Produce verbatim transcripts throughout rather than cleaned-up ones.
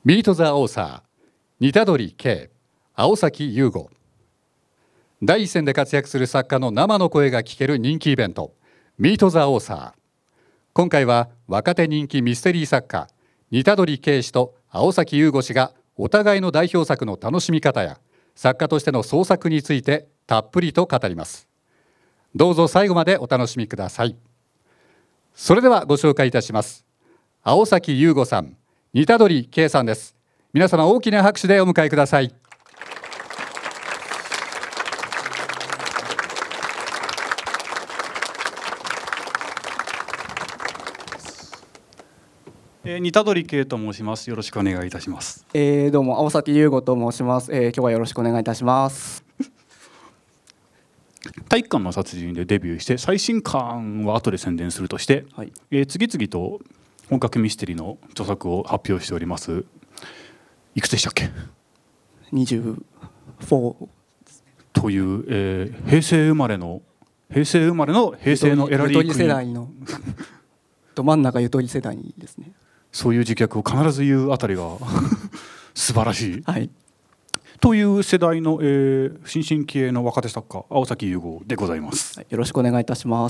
ミート・ザ・オーサー、似鳥圭、青崎優吾。第一線で活躍する作家の生の声が聞ける人気イベント、ミート・ザ・オーサー。今回は若手人気ミステリー作家、似鳥圭氏と青崎優吾氏がお互いの代表作の楽しみ方や作家としての創作についてたっぷりと語ります。どうぞ最後までお楽しみください。それではご紹介いたします。青崎優吾さん、似鳥圭さんです。皆様大きな拍手でお迎えください。 えー、似鳥圭と申します。よろしくお願いいたします。 えー、どうも青崎優吾と申します。えー、今日はよろしくお願いいたします。 体育館の殺人でデビューして最新刊は後で宣伝するとして、はい、えー、次々と本格ミステリーの著作を発表しております。いくつでしたっけ？ にじゅうよんという、えー、平成生まれの平成生まれの平成のエラリークイーン、 ゆとり世代のど真ん中ゆとり世代ですね。 そういう自虐を必ず言うあたりが素晴らしい、 はい、 という世代の、えー、新進気鋭の若手作家青崎優吾でございます、 はい、よろしくお願いいたします。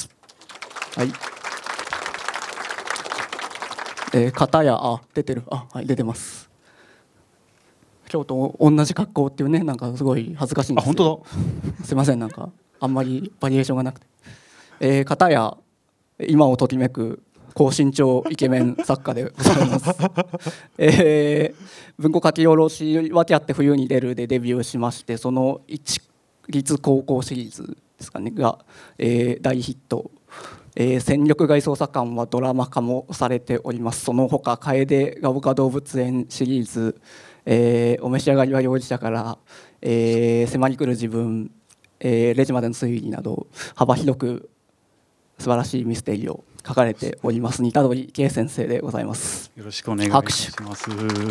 はい、えー、片やあ出てるあはい出てます。今日と同じ格好っていうね、なんかすごい恥ずかしいんですけど。 あ、本当だ。 すいません、なんかあんまりバリエーションがなくて、えー、片や今をときめく高身長イケメン作家でございます、えー、文庫書き下ろし訳あって冬に出るでデビューしまして、その一律高校シリーズですかねが、えー、大ヒット、えー、戦力外捜査官はドラマ化もされております。その他楓が丘動物園シリーズ、えー、お召し上がりは容疑者から、えー、迫り来る自分、えー、レジまでの推理など幅広く素晴らしいミステリーを書かれております似鳥圭先生でございます。 よろしくお願いいたします。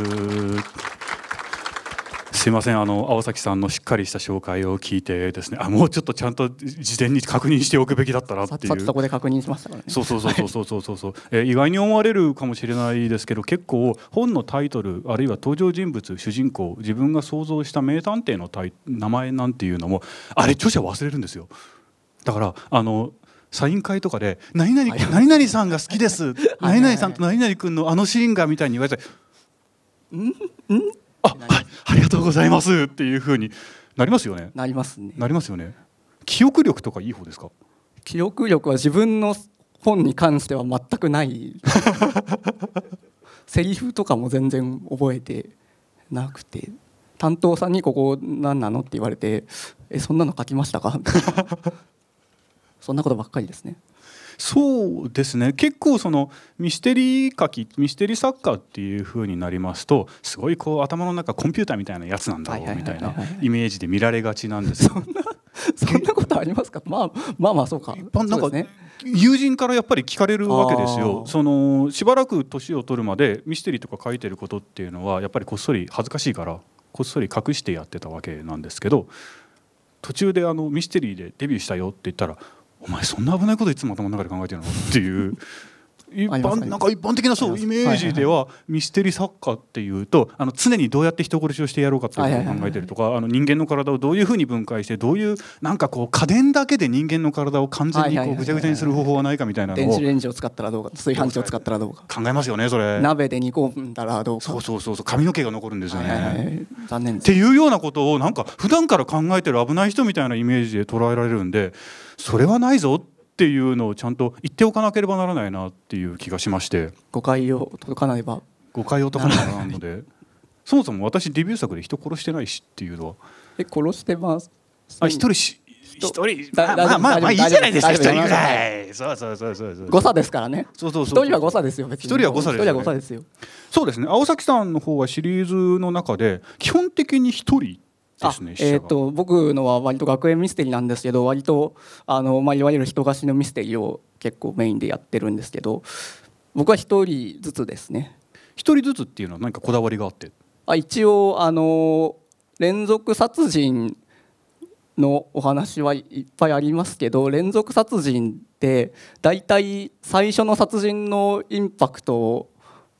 すいません、あの青崎さんのしっかりした紹介を聞いてですね、あもうちょっとちゃんと事前に確認しておくべきだったなっていう。 さっそこで確認しましたからね。 そうそうそうそうそうそうそう、えー、意外に思われるかもしれないですけど、結構本のタイトルあるいは登場人物主人公自分が想像した名探偵のタイ名前なんていうのもあれ著者忘れるんですよ。だからあのサイン会とかで何々何々さんが好きです何々さんと何々君のあのシーンがみたいに言われてんんあ、はい、ありがとうございますっていう風になりますよね。 なりますね。 なりますよね。記憶力とかいい方ですか？ 記憶力は自分の本に関しては全くないセリフとかも全然覚えてなくて、担当さんにここ何なのって言われてえそんなの書きましたかそんなことばっかりですね。 そうですね、結構そのミステリー書きミステリー作家っていう風になりますとすごいこう頭の中コンピューターみたいなやつなんだろうみたいなイメージで見られがちなんですそんなそんなことありますか？まあまあまあそうか。 一般なんかね、 友人からやっぱり聞かれるわけですよ。そのしばらく年を取るまでミステリーとか書いてることっていうのはやっぱりこっそり恥ずかしいからこっそり隠してやってたわけなんですけど、途中であのミステリーでデビューしたよって言ったらお前そんな危ないこといつも頭の中で考えてるのっていう一般なんか一般的なそうイメージではミステリー作家っていうとあの常にどうやって人殺しをしてやろうかっていうことを考えてるとか、あの人間の体をどういうふうに分解してどういうなんかこう家電だけで人間の体を完全にこうぐちゃぐちゃにする方法はないかみたいなのを電子レンジを使ったらどうか炊飯器を使ったらどうか考えますよね。それ鍋で煮込んだらどうか。 そうそうそうそう髪の毛が残るんですよね、 はいはいはい、残念です。 っていうようなことをなんか普段から考えてる危ない人みたいなイメージで捉えられるんで、それはないぞっていうのをちゃんと言っておかなければならないなっていう気がしまして、 誤解を解かないば誤解を解かなきゃならないのでそもそも私デビュー作で人殺してないしっていうのはえ殺してます。 あ一人し一人まあまあまあまあいいじゃないですか。一人ぐらいそうそうそうそうそう誤差ですからね。 そうそうそう一人は誤差ですよ。別に一人は誤差ですよね。 一人は誤差ですよ。 そうですね。青崎さんの方はシリーズの中で基本的に一人ですね。 えー、と僕のは割と学園ミステリーなんですけど、割とあの、まあ、いわゆる人貸しのミステリーを結構メインでやってるんですけど、僕は一人ずつですね。 一人ずつっていうのは何かこだわりがあって？ あ一応あの連続殺人のお話はいっぱいありますけど、連続殺人ってだいたい最初の殺人のインパクト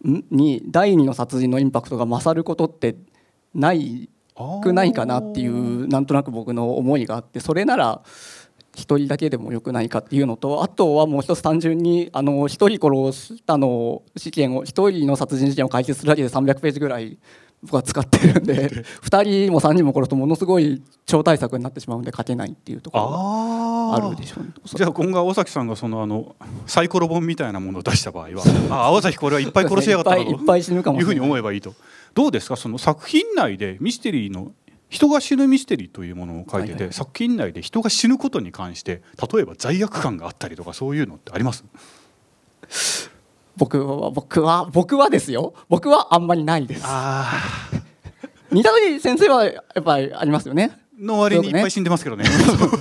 にだいにの殺人のインパクトが勝ることってないくないかなっていうなんとなく僕の思いがあって、それなら一人だけでもよくないかっていうのと、あとはもう一つ単純にあの一人殺したの事件を一人の殺人事件を解決するだけでさんびゃくページぐらい僕は使ってるんでふたりもさんにんも殺すとものすごい超大作になってしまうんで書けないっていうところがあるでしょうね。 じゃあ今後青崎さんがそのあのサイコロ本みたいなものを出した場合はあ青崎これはいっぱい殺しやがったなといっぱい死ぬかもしれないいうふうに思えばいいと。どうですかその作品内でミステリーの人が死ぬミステリーというものを書いてて、はいはいはい、作品内で人が死ぬことに関して例えば罪悪感があったりとかそういうのってあります？ 僕は僕は僕はですよ僕はあんまりないです。 あ似た時先生はやっぱりありますよね。 の割にいっぱい死んでますけどね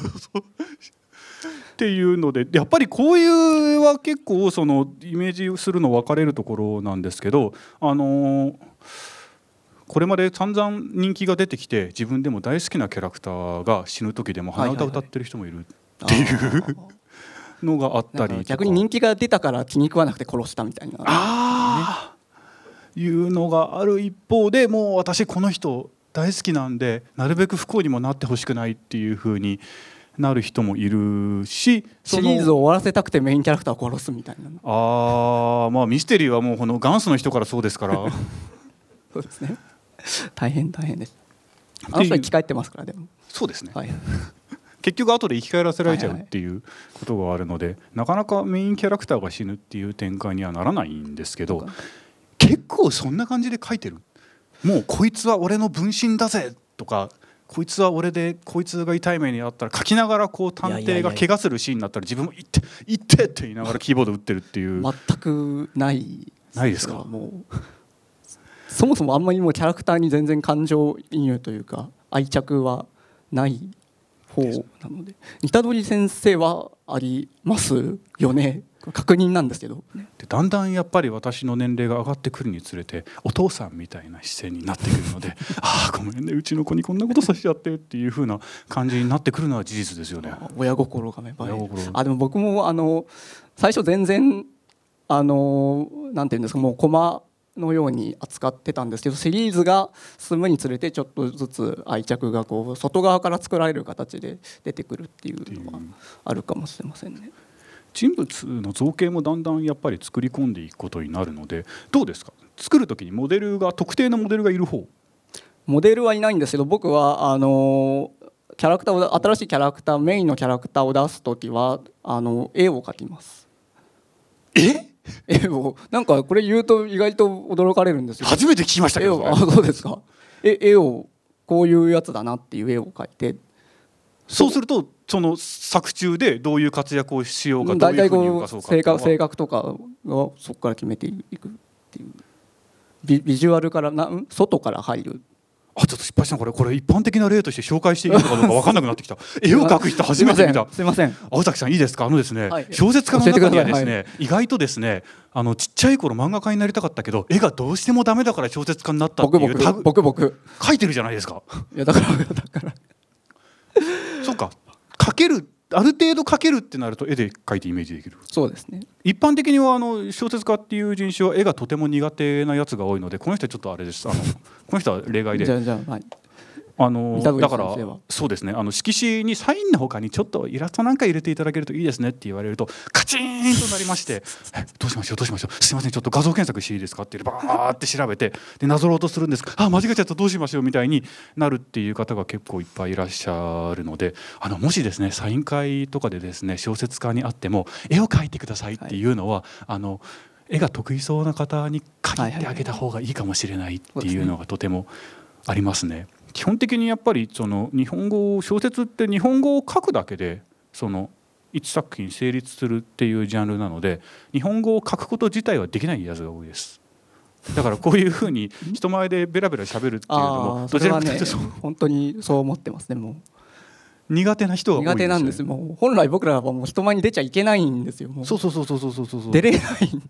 っていうのでやっぱりこういうは結構そのイメージするの分かれるところなんですけど、あのー、これまで散々人気が出てきて自分でも大好きなキャラクターが死ぬ時でも鼻歌歌ってる人もいるっていうのがあったりとか、 逆に人気が出たから気に食わなくて殺したみたいな、 あー、ね、いうのがある一方でもう私この人大好きなんでなるべく不幸にもなってほしくないっていう風になる人もいるし、 シリーズを終わらせたくてメインキャラクターを殺すみたいな。 あ、まあミステリーはもうこの元祖の人からそうですからそうですね、大変大変です。あの人は生き返ってますからでもそうですね、 はい、 結局後で生き返らせられちゃうっていうことがあるので、はいはい、なかなかメインキャラクターが死ぬっていう展開にはならないんですけど、結構そんな感じで書いてる。もうこいつは俺の分身だぜとか、こいつは俺でこいつが痛い目にあったら書きながらこう探偵が怪我するシーンになったら自分も「いっていって!」って言いながらキーボード打ってるっていう全くないないですか。 もうそもそもあんまりもうキャラクターに全然感情移入というか愛着はない方なので、似たどり先生はありますよね。確認なんですけど、 でだんだんやっぱり私の年齢が上がってくるにつれてお父さんみたいな姿勢になってくるのでああごめんねうちの子にこんなことさせちゃってっていう風な感じになってくるのは事実ですよね。 親心が芽生える。あでも僕もあの最初全然あのなんていうんですか、もうコマのように扱ってたんですけど、シリーズが進むにつれてちょっとずつ愛着がこう外側から作られる形で出てくるっていうのはあるかもしれませんね。 人物の造形もだんだんやっぱり作り込んでいくことになるので、どうですか作る時にモデルが特定のモデルがいる方？ モデルはいないんですけど、僕はあのキャラクターを新しいキャラクターメインのキャラクターを出す時はあの絵を描きます。 え絵をなんかこれ言うと意外と驚かれるんですよ。 初めて聞きましたけど。 あそうですか。え絵をこういうやつだなっていう絵を描いて、 そうするとその作中でどういう活躍をしようかどういうふうに動かそうか性格性格とかがそこから決めていくっていう ビ, ビジュアルからな外から入る。 あちょっと失敗したこれこれ一般的な例として紹介していいのかどうか分かんなくなってきた絵を描く人初めて見た。 すいません青崎さんいいですか。あのですね、はい、小説家の中にはですね、はい、意外とですねあのちっちゃい頃漫画家になりたかったけど絵がどうしてもダメだから小説家になったっていうタグ僕僕書いてるじゃないですか。 いやだからだからそうか描けるある程度描けるってなると絵で描いてイメージできる。 そうですね。 一般的にはあの小説家っていう人種は絵がとても苦手なやつが多いので、この人はちょっとあれです。あのこの人は例外で。 じゃあじゃあはい。 あのだからそうですね、あの色紙にサインの他にちょっとイラストなんか入れていただけるといいですねって言われるとカチーンとなりましてどうしましょうどうしましょうすいませんちょっと画像検索していいですかってバーって調べてでなぞろうとするんですあ間違えちゃったどうしましょうみたいになるっていう方が結構いっぱいいらっしゃるので、あのもしですねサイン会とかでですね小説家に会っても絵を描いてくださいっていうのは、はい、あの絵が得意そうな方に描いてあげた方がいいかもしれないっていうのがとてもありますね。基本的にやっぱりその日本語小説って日本語を書くだけでその一作品成立するっていうジャンルなので、日本語を書くこと自体はできないやつが多いです。だからこういうふうに人前でベラベラ喋るっていうのもどちらかというと本当にそう思ってますね。もう苦手な人が多いんですよ。 苦手なんです。もう本来僕らはもう人前に出ちゃいけないんですよ。もうそうそうそうそうそうそうそう出れない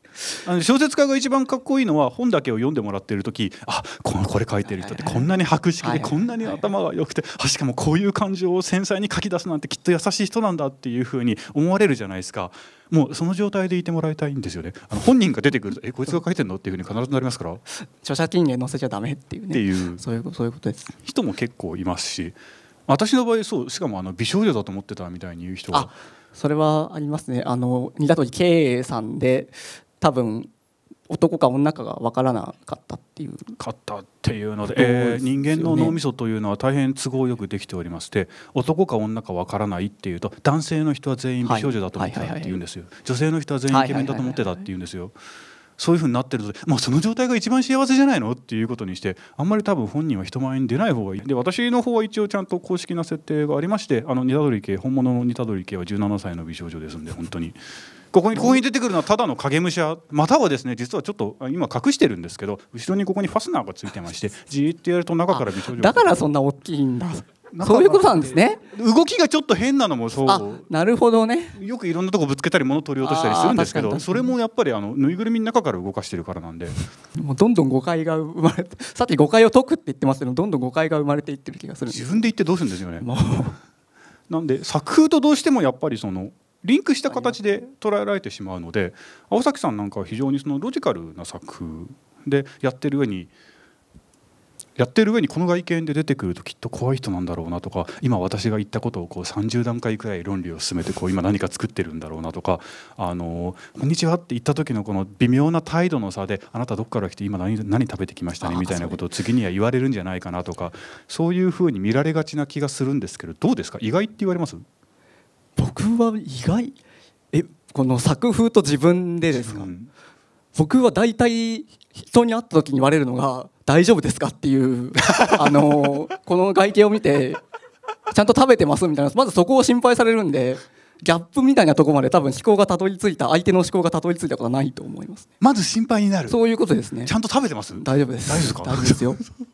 あの小説家が一番かっこいいのは本だけを読んでもらっている時、あこのこれ書いてる人ってこんなに博識でこんなに頭が良くて、あしかもこういう感情を繊細に書き出すなんてきっと優しい人なんだっていうふうに思われるじゃないですか。もうその状態でいてもらいたいんですよね。あの本人が出てくるとえこいつが書いてんのっていうふうに必ずなりますから。 著作権で載せちゃダメっていうね。 っていうそういうそういうことです。 人も結構いますし、私の場合そうしかもあの美少女だと思ってたみたいに言う人が。 あそれはありますね。あの似たとおり K さんで多分男か女かが分からなかったっていうかったっていうので、えー、人間の脳みそというのは大変都合よくできておりまして、男か女か分からないっていうと男性の人は全員美少女だと思ってたって言うんですよ。女性の人は全員イケメンだと思ってたって言うんですよ。そういうふうになってると、もうその状態が一番幸せじゃないのっていうことにして、あんまり多分本人は人前に出ない方がいい。で私の方は一応ちゃんと公式な設定がありまして、あの似たどり系本物の似たどり系はじゅうななさいの美少女ですんで、本当にここにここに出てくるのはただの影武者、またはですね実はちょっと今隠してるんですけど、後ろにここにファスナーがついてまして、じーっとやると中から美少女が。 だからそんな大きいんだ。そういうことなんですね。 動きがちょっと変なのもそう。 あ、なるほどね。 よくいろんなとこぶつけたり物取り落としたりするんですけど、それもやっぱりあのぬいぐるみの中から動かしてるからなんで、 もうどんどん誤解が生まれて、さっき誤解を解くって言ってますけど、どんどん誤解が生まれていってる気がするんです。 自分で言ってどうするんですよね。なんで作風とどうしてもやっぱりそのリンクした形で捉えられてしまうので、青崎さんなんかは非常にそのロジカルな作風でやってる上にやってる上にこの外見で出てくるときっと怖い人なんだろうなとか、今私が言ったことをこうさんじゅうだんかいくらい論理を進めてこう今何か作ってるんだろうなとか、あのこんにちはって言った時のこの微妙な態度の差で、あなたどこから来て今 何, 何食べてきましたねみたいなことを次には言われるんじゃないかなとか、そういうふうに見られがちな気がするんですけど、どうですか、意外って言われます？ 僕は意外、えこの作風と自分でですか？僕は大体人に会った時に言われるのが大丈夫ですかっていうあのこの外見を見てちゃんと食べてますみたいな、まずそこを心配されるんで、ギャップみたいなところまで多分思考がたどり着いた、相手の思考がたどり着いたことはないと思います、ね、 まず心配になる。 そういうことですね。 ちゃんと食べてます？ 大丈夫です。 大丈夫ですか？ 大丈夫ですよ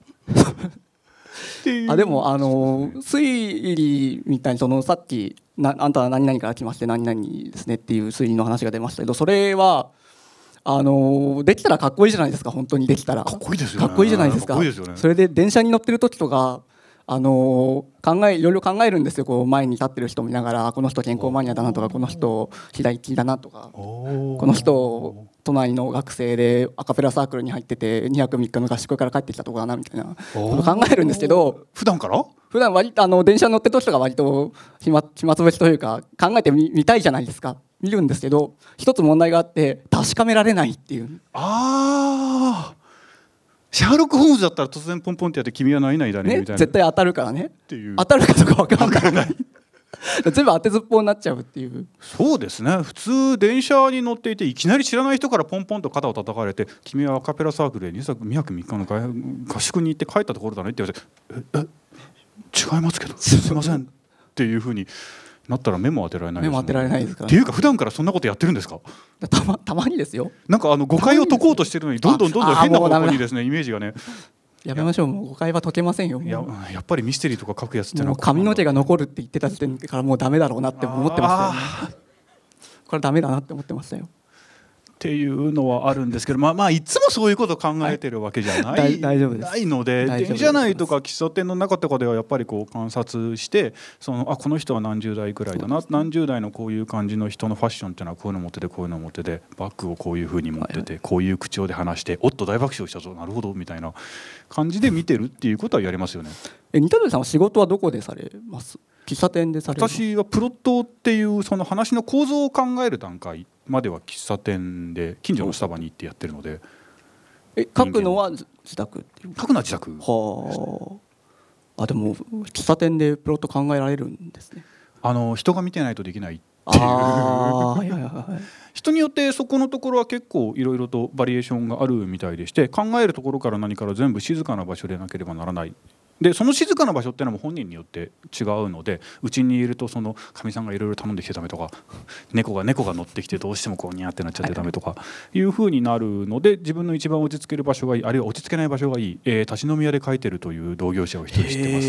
あでもあの推理みたいにそのさっきなあんたは何々から来まして何々ですねっていう推理の話が出ましたけど、それはあのできたらかっこいいじゃないですか。本当にできたらかっこいいですよね。 かっこいいじゃないですか。 かっこいいですよね。 それで電車に乗ってる時とかあの考えいろいろ考えるんですよ。こう前に立ってる人見ながら、この人健康マニアだなとか、この人左利きだなとか、この人都内の学生でアカペラサークルに入っててにはくみっかの合宿から帰ってきたとこだなみたいなこと考えるんですけど、 普段から普段割とあの電車に乗ってる時とか割と暇暇つぶしというか考えて み, 見たいじゃないですか。見るんですけど、一つ問題があって確かめられないっていう。 ああ、シャーロック・ホームズだったら突然ポンポンってやって君は何々だねみたいな、 絶対当たるからねっていう、 当たるかどうか分からない全部当てずっぽうになっちゃうっていう。 そうですね。普通電車に乗っていていきなり知らない人からポンポンと肩を叩かれて、君はアカペラサークルでにはくみっかの合宿に行って帰ったところだねって言われて、ええ違いますけどすいませんっていうふうになったら目も当てられないです、ね、 目も当てられないですから、 ね、っていうか普段からそんなことやってるんですか？ た ま, たまにですよ。 なんかあの誤解を解こうとしてるのにどんどんどんどん変な方向にですねイメージがね。 やめましょう。もう誤解は解けませんよ。 いややっぱりミステリーとか書くやつってのは髪の毛が残るって言ってた時点からもうダメだろうなって思ってましたよね。これダメだなって思ってましたよっていうのはあるんですけど、まあ、まあいつもそういうことを考えてるわけじゃない、はい、 大丈夫です。 ないので、電車内とか喫茶店の中とかではやっぱりこう観察して、そのあこの人は何十代くらいだな、何十代のこういう感じの人のファッションっていうのはこういうの持っててこういうの持ってて、バッグをこういう風に持ってて、はいはい、こういう口調で話して、おっと大爆笑したぞ、なるほどみたいな感じで見てるっていうことはやりますよね。 え、似鳥さんは仕事はどこでされます？喫茶店でされます？ 私はプロットっていうその話の構造を考える段階までは喫茶店で近所のスタバに行ってやってるので。 え、書くのは自宅っていう？ 書くのは自宅。 はあ。あ、でも喫茶店でプロット考えられるんですね。 あの人が見てないとできないっていう。 あはいはいはい、 人によってそこのところは結構いろいろとバリエーションがあるみたいでして、考えるところから何から全部静かな場所でなければならない。でその静かな場所っていうのも本人によって違うので、うちにいるとそのかみさんがいろいろ頼んできてダメとか、猫が猫が乗ってきてどうしてもこうニャーってなっちゃってダメとかいう風になるので、自分の一番落ち着ける場所がいい、あるいは落ち着けない場所がいい、えー、立ち飲み屋で書いてるという同業者を一人知ってます。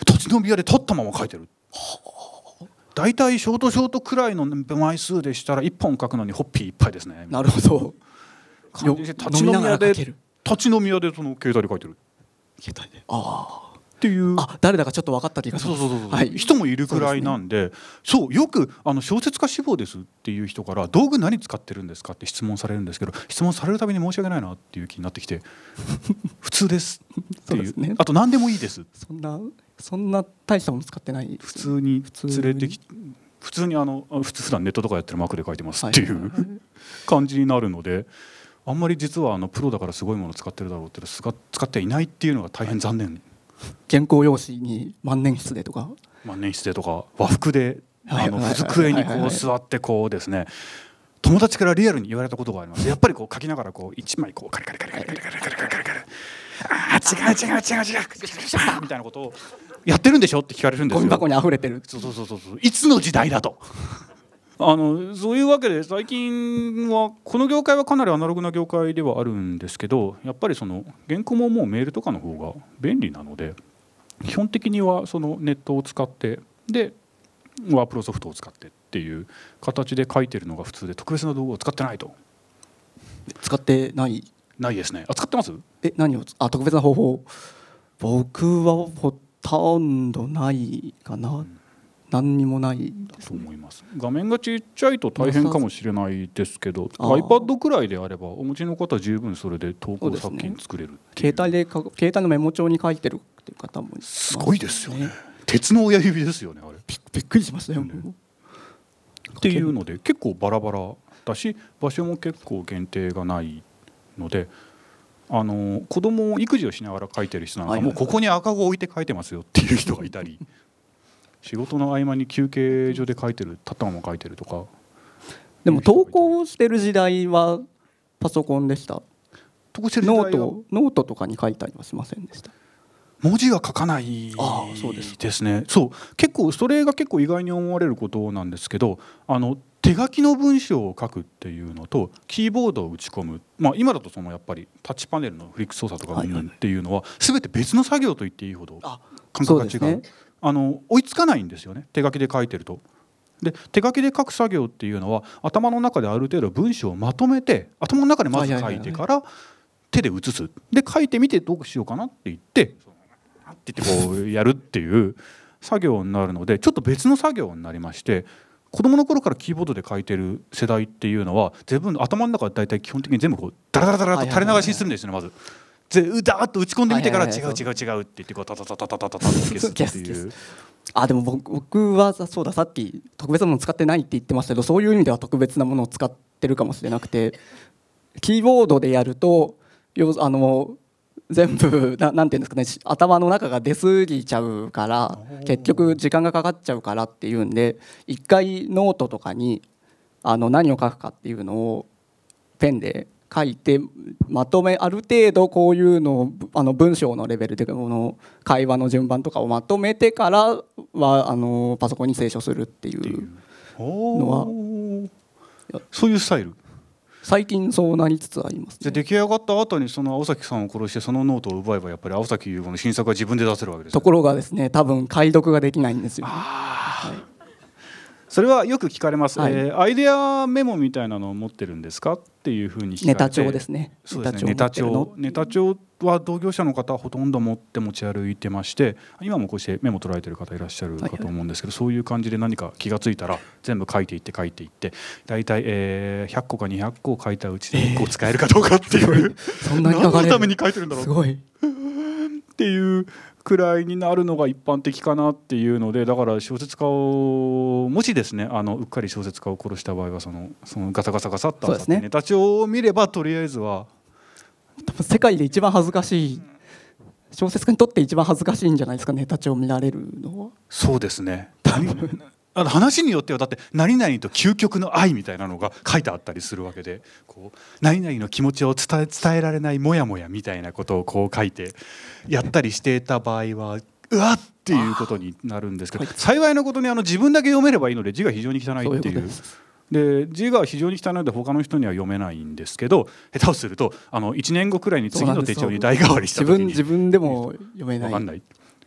立ち飲み屋で立ったまま書いてる。だいたいショートショートくらいの枚数でしたらいっぽん書くのにホッピーいっぱいですね。 なるほど。 感じで立ち飲み屋で立ち飲み屋でその携帯で書いてる携帯でああっていうあ誰だかちょっと分かった気がします。 そうそうそうそう、 はい、 人もいるくらいなんで、そう、ね、そうよくあの小説家志望ですっていう人から道具何使ってるんですかって質問されるんですけど、質問されるたびに申し訳ないなっていう気になってきて普通ですっていう、 ね、 あと何でもいいです。 そんなそんな大したもの使ってない、 普通に連れてき普通にあの普通普段ネットとかやってるマークで書いてますっていう、はい、感じになるので、あんまり実はあのプロだからすごいもの使ってるだろうって使ってはいないっていうのが大変残念。 原稿用紙に万年筆でとか万年筆でとか和服であの机にこう座ってこうですね、友達からリアルに言われたことがあります。やっぱりこう書きながらこう一枚こうカリカリカリカリカリカリカリカリカリカリあー違う違う違う違うみたいなことをやってるんでしょって聞かれるんですよ。 ゴミ箱に溢れてる。 そうそうそうそう、いつの時代だとあのそういうわけで最近はこの業界はかなりアナログな業界ではあるんですけど、やっぱりその原稿ももうメールとかの方が便利なので、基本的にはそのネットを使ってでワープロソフトを使ってっていう形で書いてるのが普通で、特別な道具を使ってないと。 使ってないないですね。あ、使ってます？ え、何をあ特別な方法、僕はほとんどないかな、うん、何にもないですね、 と思います。画面がちっちゃいと大変かもしれないですけど iPad くらいであればお持ちの方は十分それで投稿作品作れるっていう。 携帯で携帯のメモ帳に書いてるっていう方もいます、 ね、すごいですよね。鉄の親指ですよねあれ。 び, びっくりしましたよ、ね、 っていうので結構バラバラだし、場所も結構限定がないので、あの子供を育児をしながら書いてる人なんかもうここに赤子を置いて書いてますよっていう人がいたり仕事の合間に休憩所で書いてる、立ったまま書いてるとか。 でも投稿してる時代はパソコンでした。 投稿してる時代はノートノートとかに書いたりはしませんでした。 文字は書かないですね。そう結構それが結構意外に思われることなんですけど、あの手書きの文章を書くっていうのとキーボードを打ち込む、まあ、今だとそのやっぱりタッチパネルのフリック操作とかっていうのは全て別の作業と言っていいほど感覚が違う。ね、あの追いつかないんですよね、手書きで書いてると。で手書きで書く作業っていうのは頭の中である程度文章をまとめて頭の中でまず書いてから手で写す、で書いてみてどうしようかなって言ってって言ってこうやるっていう作業になるので、ちょっと別の作業になりまして、子供の頃からキーボードで書いてる世代っていうのは全部頭の中で大体基本的に全部こうダラダラダラと垂れ流しにするんですよね。まずでダーッと打ち込んでみてから違う違う違うって言ってこうタタタタタタタタって消すっていう。 あでも僕はそうだ、さっき特別なもの使ってないって言ってましたけど、そういう意味では特別なものを使ってるかもしれなくて、キーボードでやるとあの全部 な, なんていうんですかね、頭の中が出過ぎちゃうから結局時間がかかっちゃうからっていうんで、一回ノートとかにあの何を書くかっていうのをペンで書いてまとめ、ある程度こういうのをあの文章のレベルでこの会話の順番とかをまとめてからはあのパソコンに清書するっていうのは、 そういうスタイル最近そうなりつつあります、ね、 じゃ出来上がった後にその青崎さんを殺してそのノートを奪えばやっぱり青崎優吾の新作は自分で出せるわけです、ね、 ところがですね、多分解読ができないんですよ、ね。 あ、はい、それはよく聞かれます、はい、えー、アイデアメモみたいなのを持ってるんですかっていうふうに聞かれて、 ネタ帳ですね。 そうですね、ネタ帳ネタ帳は同業者の方はほとんど持って持ち歩いてまして、今もこうしてメモ取られてる方いらっしゃるかと思うんですけど、はいはい、そういう感じで何か気がついたら全部書いていって書いていって大体、えー、ひゃっこかにひゃっこを書いたうちでいっこ使えるかどうかっていう、えー、 そんなに書かれる、 何のために書いてるんだろうすごいっていうくらいになるのが一般的かなっていうので、だから小説家をもしですね、あのうっかり小説家を殺した場合はそのそのガサガサガサっとあってネタ帳を見ればとりあえずは多分世界で一番恥ずかしい、小説家にとって一番恥ずかしいんじゃないですか、ネタ帳を見られるのは。 そうですね、あの話によってはだって何々と究極の愛みたいなのが書いてあったりするわけで、こう何々の気持ちを伝え、伝えられないモヤモヤみたいなことをこう書いてやったりしていた場合はうわっっていうことになるんですけど、幸いなことにあの自分だけ読めればいいので字が非常に汚いっていう。で字が非常に汚いので他の人には読めないんですけど、下手をするとあのいちねんごくらいに次の手帳に代替わりした時に自分自分でも読めない。 分かんない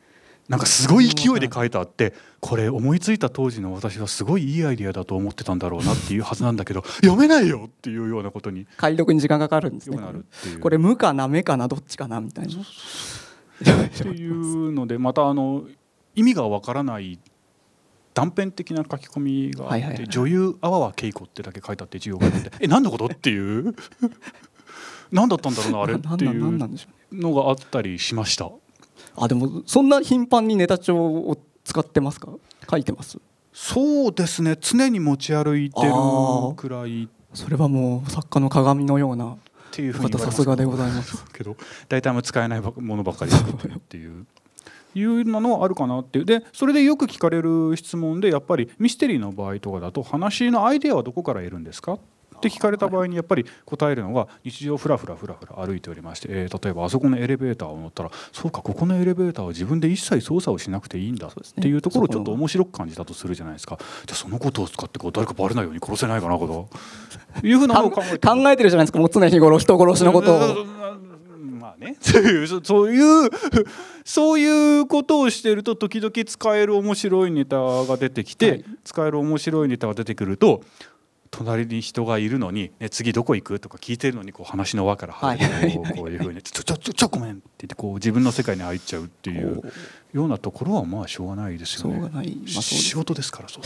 なんかすごい勢いで書いてあって、これ思いついた当時の私はすごいいいアイディアだと思ってたんだろうなっていうはずなんだけど読めないよっていうようなことに解読に時間かかるんですね。 なるっていう、 これ無かな目かなどっちかなみたいなっていうので、またあの意味がわからない断片的な書き込みがあって、はいはいはい、女優阿波恵子ってだけ書いてあって一行があってえ何のことっていう何だったんだろうなあれっていうのがあったりしました。 あ、でもそんな頻繁にネタ帳を使ってますか？書いてます？ そうですね、常に持ち歩いてるくらい。 それはもう作家の鏡のようなっていうふうにさすがでございますけど、大体も使えないものばっかり作ってるっていういうのはあるかなっていう。でそれでよく聞かれる質問で、やっぱりミステリーの場合とかだと話のアイデアはどこから得るんですかって聞かれた場合にやっぱり答えるのが、日常フラフラフラフラ歩いておりまして、えー、例えばあそこのエレベーターを乗ったら、そうかここのエレベーターは自分で一切操作をしなくていいんだっていうところをちょっと面白く感じたとするじゃないですか。じゃあそのことを使ってこう誰かバレないように殺せないかなというふうなのを考えて考えてるじゃないですか。もう常日頃人殺しのことをまあね、そういうそういうそういうことをしていると、時々使える面白いネタが出てきて、はい、使える面白いネタが出てくると、隣に人がいるのに、ね、次どこ行くとか聞いてるのにこう話の輪から入る、はい、こういうふうにちょちょちょちょごめんって言ってこう自分の世界に入っちゃうっていうようなところはまあしょうがないですよね。 しょうがない、まあ、 仕事ですから。そう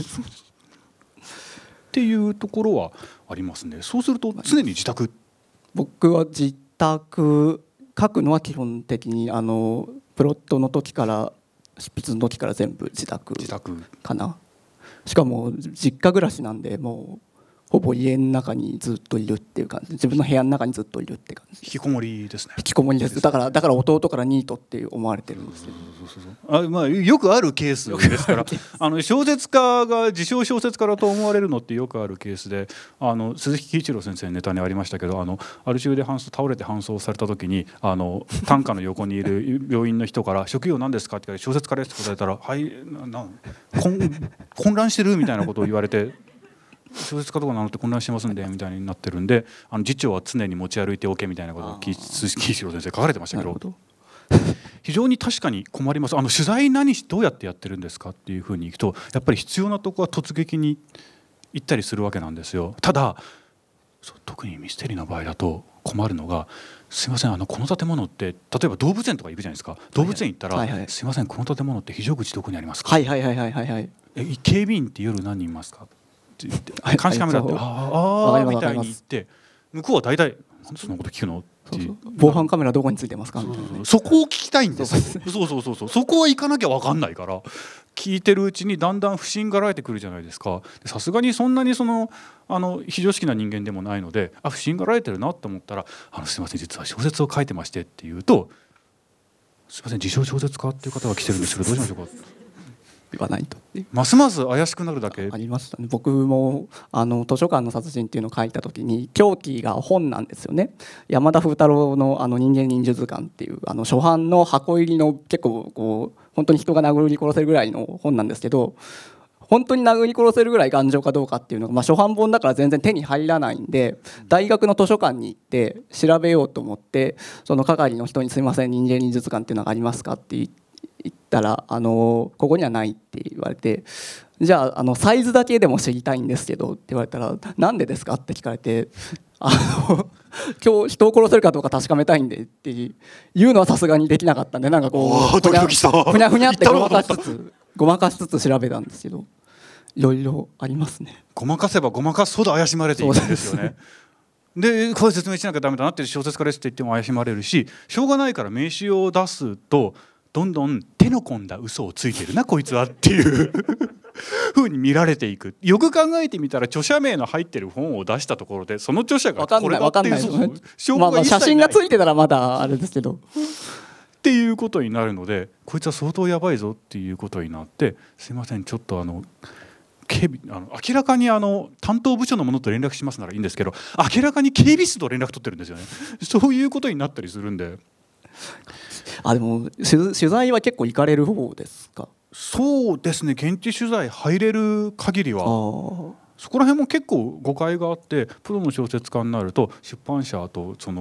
っていうところはありますね。そうすると常に自宅。 僕は自宅書くのは基本的にあのプロットの時から執筆の時から全部自宅かな。しかも実家暮らしなんで、もうほぼ家の中にずっといるっていう感じ。自分の部屋の中にずっといるって感じ。 引きこもりですね。 引きこもりです。だからだから弟からニートって思われてるんですよ。 あ、まあよくあるケースですからあの小説家が自称小説家だと思われるのってよくあるケースで、あの鈴木喜一郎先生のネタにありましたけど、あのアル中で搬送倒れて搬送された時に、あの担架の横にいる病院の人から職業何ですかって言われて、小説家ですって答えたら、はいなな混乱してるみたいなことを言われて、小説家とかなのって混乱してますんでみたいになってるんで、あの次長は常に持ち歩いておけみたいなことを鈴木喜一郎先生書かれてましたけど、ど非常に確かに困ります。あの取材何どうやってやってるんですかっていうふうにいくと、やっぱり必要なとこは突撃に行ったりするわけなんですよ。ただ特にミステリーの場合だと困るのが、すいませんあのこの建物って、例えば動物園とか行くじゃないですか。動物園行ったら、はいはいはい、すいませんこの建物って非常口どこにありますか。 はいはいはいはいはいはい。 え警備員って夜何人いますかって言って、監視カメラってあああみたいに言って、向こうは大体なんでそんなこと聞くのっていう、 防犯カメラどこについてますかみたいな、ね、 そこを聞きたいんですよ。そうそうそうそう、そこは行かなきゃ分かんないから、聞いてるうちにだんだん不審がられてくるじゃないですか。さすがにそんなにそのあの非常識な人間でもないので、あ不審がられてるなと思ったら、あのすいません実は小説を書いてましてって言うと、すいません自称小説家っていう方が来てるんですけどどうしましょうか。 言わないとますます怪しくなるだけありましたね。僕もあの図書館の殺人っていうのを書いた時に、凶器が本なんですよね。山田風太郎のあの人間忍術図鑑っていうあの初版の箱入りの結構こう本当に人が殴り殺せるぐらいの本なんですけど、本当に殴り殺せるぐらい頑丈かどうかっていうのが、まあ、初版本だから全然手に入らないんで、大学の図書館に行って調べようと思って、その係の人に「すいません人間忍術図鑑っていうのがありますか?」って言って言ったら、あのここにはないって言われて、じゃあ、あのサイズだけでも知りたいんですけどって言われたら、なんでですかって聞かれて、あの今日人を殺せるかどうか確かめたいんでっていうのはさすがにできなかったんで、なんかこうふにゃふにゃふにゃってごまかしつつごまかしつつ調べたんですけど、いろいろありますね。 ごまかせばごまかすほど怪しまれていくんですよね。でこれ説明しなきゃダメだなって、小説家ですって言っても怪しまれるし、しょうがないから名刺を出すとどんどん手の込んだ嘘をついてるなこいつはっていう風に見られていく。よく考えてみたら著者名の入ってる本を出したところで、その著者がこれだっていう証拠が一切ない。 写真がついてたらまだあれですけどっていうことになるので、こいつは相当やばいぞっていうことになって、すいませんちょっとあの警備あの明らかにあの担当部署の者と連絡しますならいいんですけど、明らかに警備室と連絡取ってるんですよね。そういうことになったりするんで。 あでも取材は結構行かれる方ですか。 そうですね、現地取材入れる限りはそこら辺も結構誤解があって、プロの小説家になると出版社とその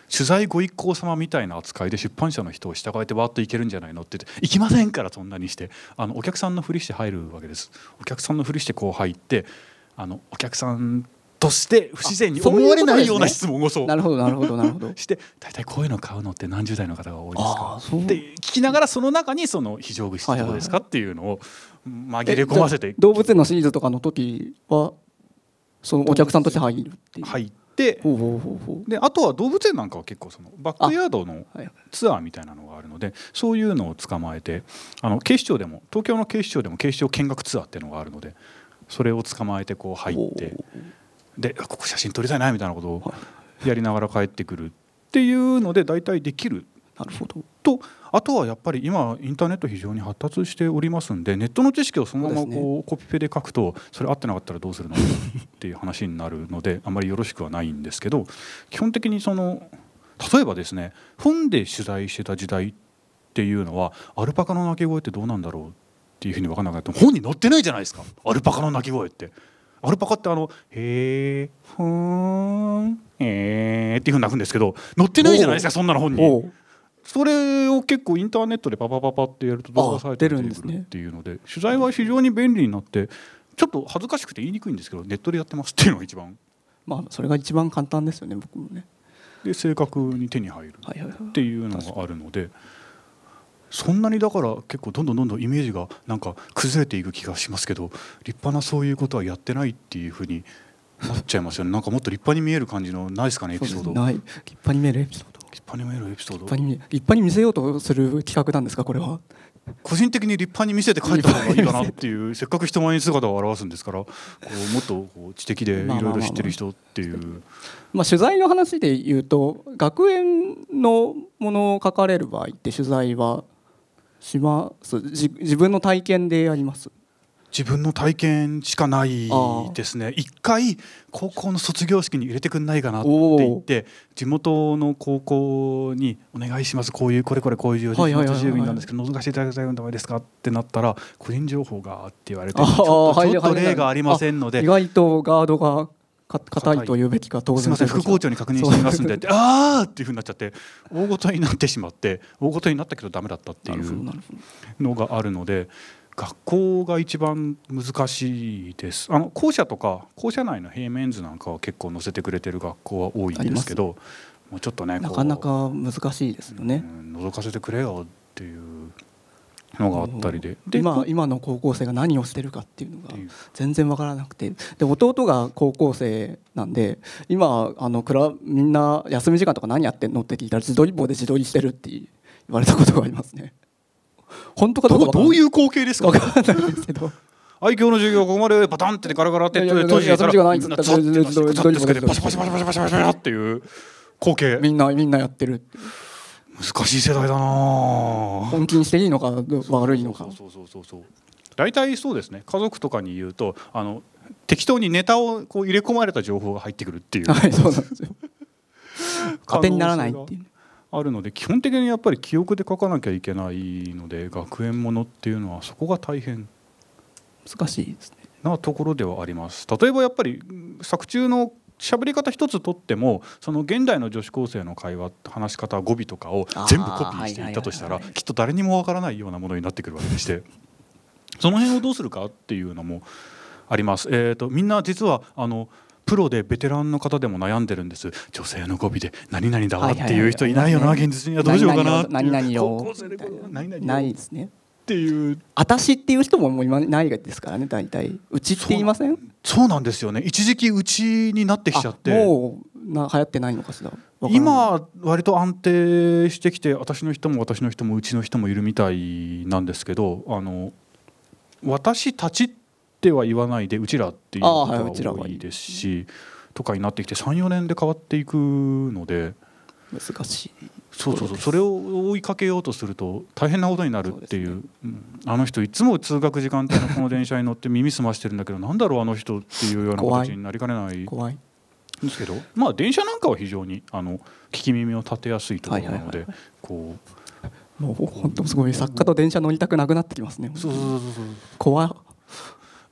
取材ご一行様みたいな扱いで出版社の人を従えてわーっといけるんじゃないのって言って、行きませんからそんなにして、あのお客さんのふりして入るわけです。お客さんのふりしてこう入って、あのお客さんとして不自然に思われないような質問をそうなるほどなるほどなるほどして大体こういうの買うのって何十代の方が多いですかあそうって聞きながら、その中にその非常口ってどうですかっていうのを紛れ込ませて、 動物園のシリーズとかの時はそのお客さんとして入るっていう入ってほうほうほうほうで、あとは動物園なんかは結構そのバックヤードのはいはいツアーみたいなのがあるので、そういうのを捕まえて、あの警視庁でも東京の警視庁でも警視庁見学ツアーっていうのがあるので、それを捕まえてこう入ってで、ここ写真撮りたいなみたいなことをやりながら帰ってくるっていうので大体できる。 なるほど。 とあとはやっぱり今インターネット非常に発達しておりますんで、ネットの知識をそのままこうコピペで書くとそれ合ってなかったらどうするのっていう話になるのであまりよろしくはないんですけど、基本的にその例えばですね、本で取材してた時代っていうのはアルパカの鳴き声ってどうなんだろうっていうふうに分からなくなって、本に載ってないじゃないですか、アルパカの鳴き声って。アルパカってあのへーふーんえーっていうふうに鳴くんですけど、載ってないじゃないですかそんなの本に。それを結構インターネットでパパパパってやると動画サイトで出てくるっていうので、取材は非常に便利になって、ちょっと恥ずかしくて言いにくいんですけどネットでやってますっていうのが一番、 まあそれが一番簡単ですよね、僕もね。 で正確に手に入るっていうのがあるので、そんなにだから結構どんどんどんどんイメージがなんか崩れていく気がしますけど、立派なそういうことはやってないっていうふうになっちゃいますよね。なんかもっと立派に見える感じのないですかね、エピソード。 ない立派に見えるエピソード立派に見えるエピソード立派に立派に見せようとする企画なんですか、これは。 個人的に立派に見せて帰った方がいいかなっていうせっかく人前に姿を現すんですから、こうもっとこう知的でいろいろ知ってる人っていう。 まあ取材の話で言うと、学園のものを書かれる場合って取材はします自自分の体験でやります。 自分の体験しかないですね。一回高校の卒業式に入れてくんないかなって言って地元の高校にお願いします、こういうこれこれこういう地元住民なんですけど覗かせていただきたいんですかってなったら、個人情報がって言われて、ちょっとちょっと例がありませんので、 意外とガードが硬いと言うべきか当然。 すみません副校長に確認してみますんでってあーっていうふうになっちゃって大ごとになってしまって、大ごとになったけどダメだったっていうのがあるので、学校が一番難しいです。あの校舎とか校舎内の平面図なんかは結構載せてくれてる学校は多いんですけど、もうちょっとねなかなか難しいですよね、 うん、覗かせてくれよっていうのがあったりで、 で 今, 今の高校生が何をしてるかっていうのが全然わからなくて、で弟が高校生なんで、今あのクラみんな休み時間とか何やってんのって聞いたら自撮り棒で自撮りしてるって言われたことがありますね。本当かどうか分からない。 どういう光景ですか。 分からないですけど愛嬌の授業ここまでパタンってガラガラって閉じてたらみんなザッてザッてつけてパシャパシャパシャパシャパシャパシャっていう光景、 みんなみんなやってる。 難しい世代だな。 本気にしていいのか悪いのか。 そうそうそうそう。大体そうですね。家族とかに言うとあの適当にネタをこう入れ込まれた情報が入ってくるっていう。 はい、そうなんですよ。当てにならないっていう。 あるので基本的にやっぱり記憶で書かなきゃいけないので、学園ものっていうのはそこが大変難しいですねなところではあります。例えばやっぱり作中の喋り方一つとっても、その現代の女子高生の会話話し方語尾とかを全部コピーしていったとしたらきっと誰にもわからないようなものになってくるわけでして、その辺をどうするかっていうのもあります。えーとみんな実はあのプロでベテランの方でも悩んでるんです。女性の語尾で何々だわっていう人いないよな、現実にはどうしようかなっていう。 何々よ高校生で何々よないですねっていう私っていう人ももう今ないですからね。大体うちって言いません。 そうなんですよね。一時期うちになってきちゃって、 もうな流行ってないのかしら。 今割と安定してきて、私の人も私の人もうちの人もいるみたいなんですけど、あの私たちっては言わないでうちらっていうことが多いですしとかになってきて さん,よ 年で変わっていくので難しい。 そうそうそう、それを追いかけようとすると大変なことになるっていう。うん、あの人いつも通学時間帯のこの電車に乗って耳澄ましてるんだけどなんだろうあの人っていうような形になりかねない怖いですけど、まあ電車なんかは非常にあの聞き耳を立てやすいところなので、こうもう本当すごい作家と電車乗りたくなくなってきますね。 そうそうそうそう怖い。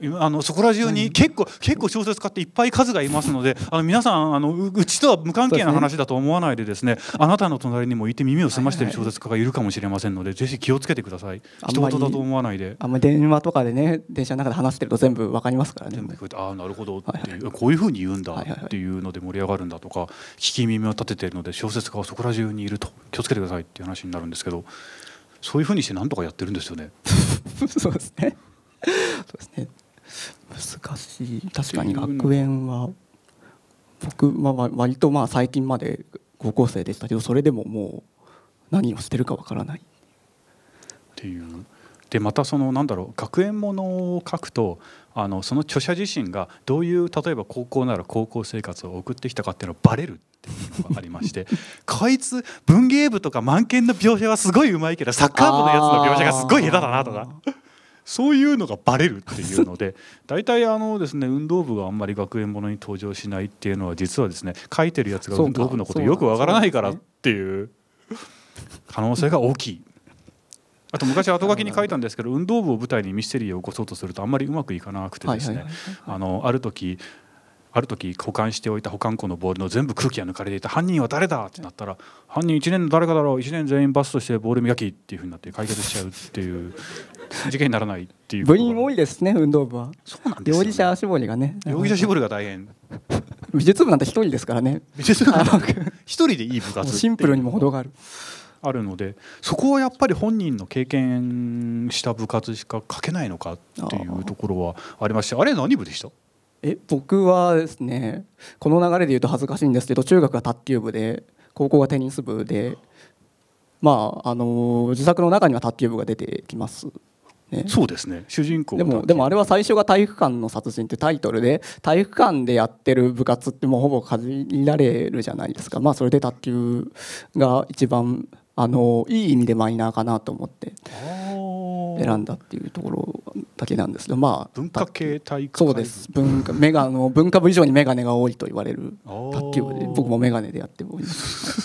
あのそこら中に結構結構小説家っていっぱい数がいますので、あの皆さんあのううちとは無関係な話だと思わないでですね、あなたの隣にもいて耳を澄ましている小説家がいるかもしれませんので、ぜひ気をつけてください。人事だと思わないで。 あんまり電話とかでね、電車の中で話してると全部わかりますからね。 全部聞こえて、ああなるほどっていう、こういうふうに言うんだっていうので盛り上がるんだとか、聞き耳を立てているので小説家はそこら中にいると気をつけてくださいっていう話になるんですけど、そういうふうにして何とかやってるんですよね。 そうですね。そうですね。難しい。確かに学園は僕は割とまあ最近まで高校生でしたけど、それでももう何をしてるかわからないっていう。でまたそのなんだろう、学園ものを書くと、あのその著者自身がどういう例えば高校なら高校生活を送ってきたかっていうのがバレるっていうのがありましてこいつ文芸部とか満研の描写はすごいうまいけどサッカー部のやつの描写がすごい下手だなとか。そういうのがバレるっていうので、大体あのですね、運動部があんまり学園ものに登場しないっていうのは、実はですね、書いてるやつが運動部のことよくわからないからっていう可能性が大きい。あと昔後書きに書いたんですけど、運動部を舞台にミステリーを起こそうとするとあんまりうまくいかなくてですね、あのある時ある時保管しておいた保管庫のボールの全部空気が抜かれていた、犯人は誰だってなったら、犯人いちねんの誰かだろう、いちねん全員バスとしてボール磨きっていう風になって解決しちゃうっていう事件にならないっていう。 部員多いですね、運動部は。 そうなんですよね。 容疑者絞りがね。 容疑者絞りが大変。 美術部なんて一人ですからね。 美術部なんて一人でいい部活シンプルにも程がある。 あるので、そこはやっぱり本人の経験した部活しか書けないのかっていうところはありまして、あれ何部でした？ え僕はですね、この流れで言うと恥ずかしいんですけど、中学は卓球部で高校はテニス部で、まああの自作の中には卓球部が出てきます、ね、 そうですね、主人公でもでもあれは最初が体育館の殺人ってタイトルで、体育館でやってる部活ってもうほぼ限られるじゃないですか。まあそれで卓球が一番あのいい意味でマイナーかなと思って選んだっていうところだけなんですけど、まあ文化系体育そうです。文化メガの文化部以上にメガネが多いと言われる卓球部で、僕もメガネでやっております、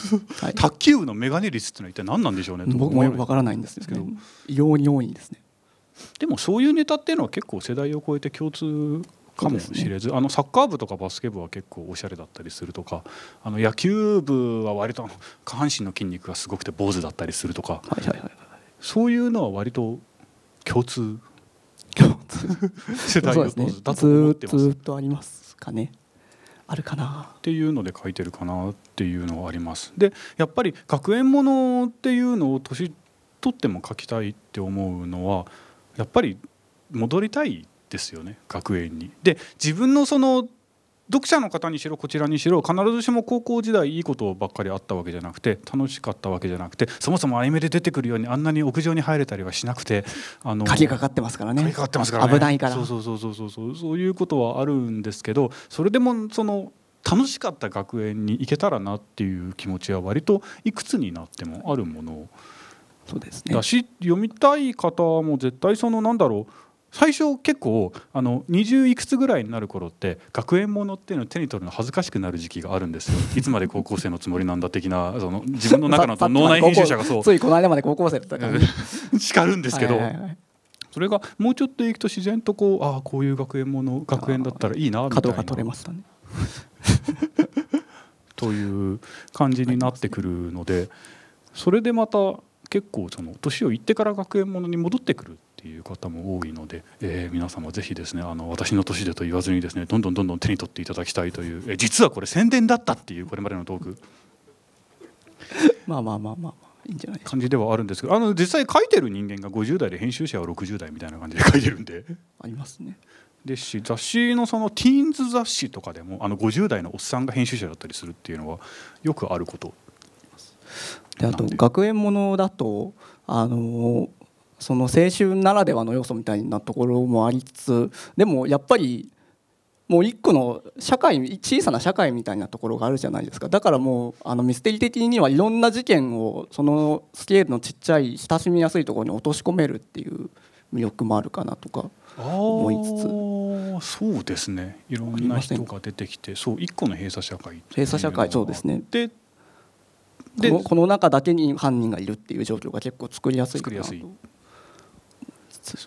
はい、卓球部のメガネ率ってのは一体何なんでしょうね。 僕もよくわからないんですけど、異様に多いですね。 でもそういうネタっていうのは結構世代を超えて共通かもしれず、ね、あのサッカー部とかバスケ部は結構おしゃれだったりするとか、あの野球部は割と下半身の筋肉がすごくて坊主だったりするとか、はいはいはいはい、そういうのは割と共通共通世代をだと思ってます。ずっとありますかね。あるかなっていうので書いてるかなっていうのはあります。でやっぱり学園ものっていうのを年取っても書きたいって思うのは、やっぱり戻りたいですよね、学園に。で自分のその読者の方にしろこちらにしろ、必ずしも高校時代いいことばっかりあったわけじゃなくて、楽しかったわけじゃなくて、そもそもアニメで出てくるようにあんなに屋上に入れたりはしなくて、あの鍵かかってますからね。 鍵かかってますからね。 危ないから。 そうそうそうそうそうそうそういうことはあるんですけど、それでもその楽しかった学園に行けたらなっていう気持ちは割といくつになってもあるものそうですね。 だし、読みたい方も絶対そのなんだろう、最初結構あのにじゅういくつぐらいになる頃って学園ものっていうのを手に取るの恥ずかしくなる時期があるんですよ。いつまで高校生のつもりなんだ的な、その自分の中の脳内編集者がそうついこの間まで高校生だったから叱るんですけど、 はいはいはい、 それがもうちょっといくと自然とこう、ああこういう学園もの学園だったらいいなみたいな角が取れましたねという感じになってくるので、それでまた結構その年をいってから学園ものに戻ってくるっていう方も多いので、えー、皆様ぜひですね、あの私の年でと言わずにですね、どんどんどんどん手に取っていただきたいという、えー、実はこれ宣伝だったっていうこれまでのトークまあまあまあまあいいんじゃない感じではあるんですけど、あの実際書いてる人間がごじゅう代で編集者はろくじゅう代みたいな感じで書いてるんでありますね。 ですし、雑誌のそのティーンズ雑誌とかでもあのごじゅう代のおっさんが編集者だったりするっていうのはよくあることで、あと学園ものだとあのその青春ならではの要素みたいなところもありつつ、でもやっぱりもう一個の社会、小さな社会みたいなところがあるじゃないですか。だからもうあのミステリー的にはいろんな事件をそのスケールのちっちゃい親しみやすいところに落とし込めるっていう魅力もあるかなとか思いつつ、そうですね、いろんな人が出てきて、そう一個の閉鎖社会閉鎖社会、そうですね。 ででこの、この中だけに犯人がいるっていう状況が結構作りやすいかなと。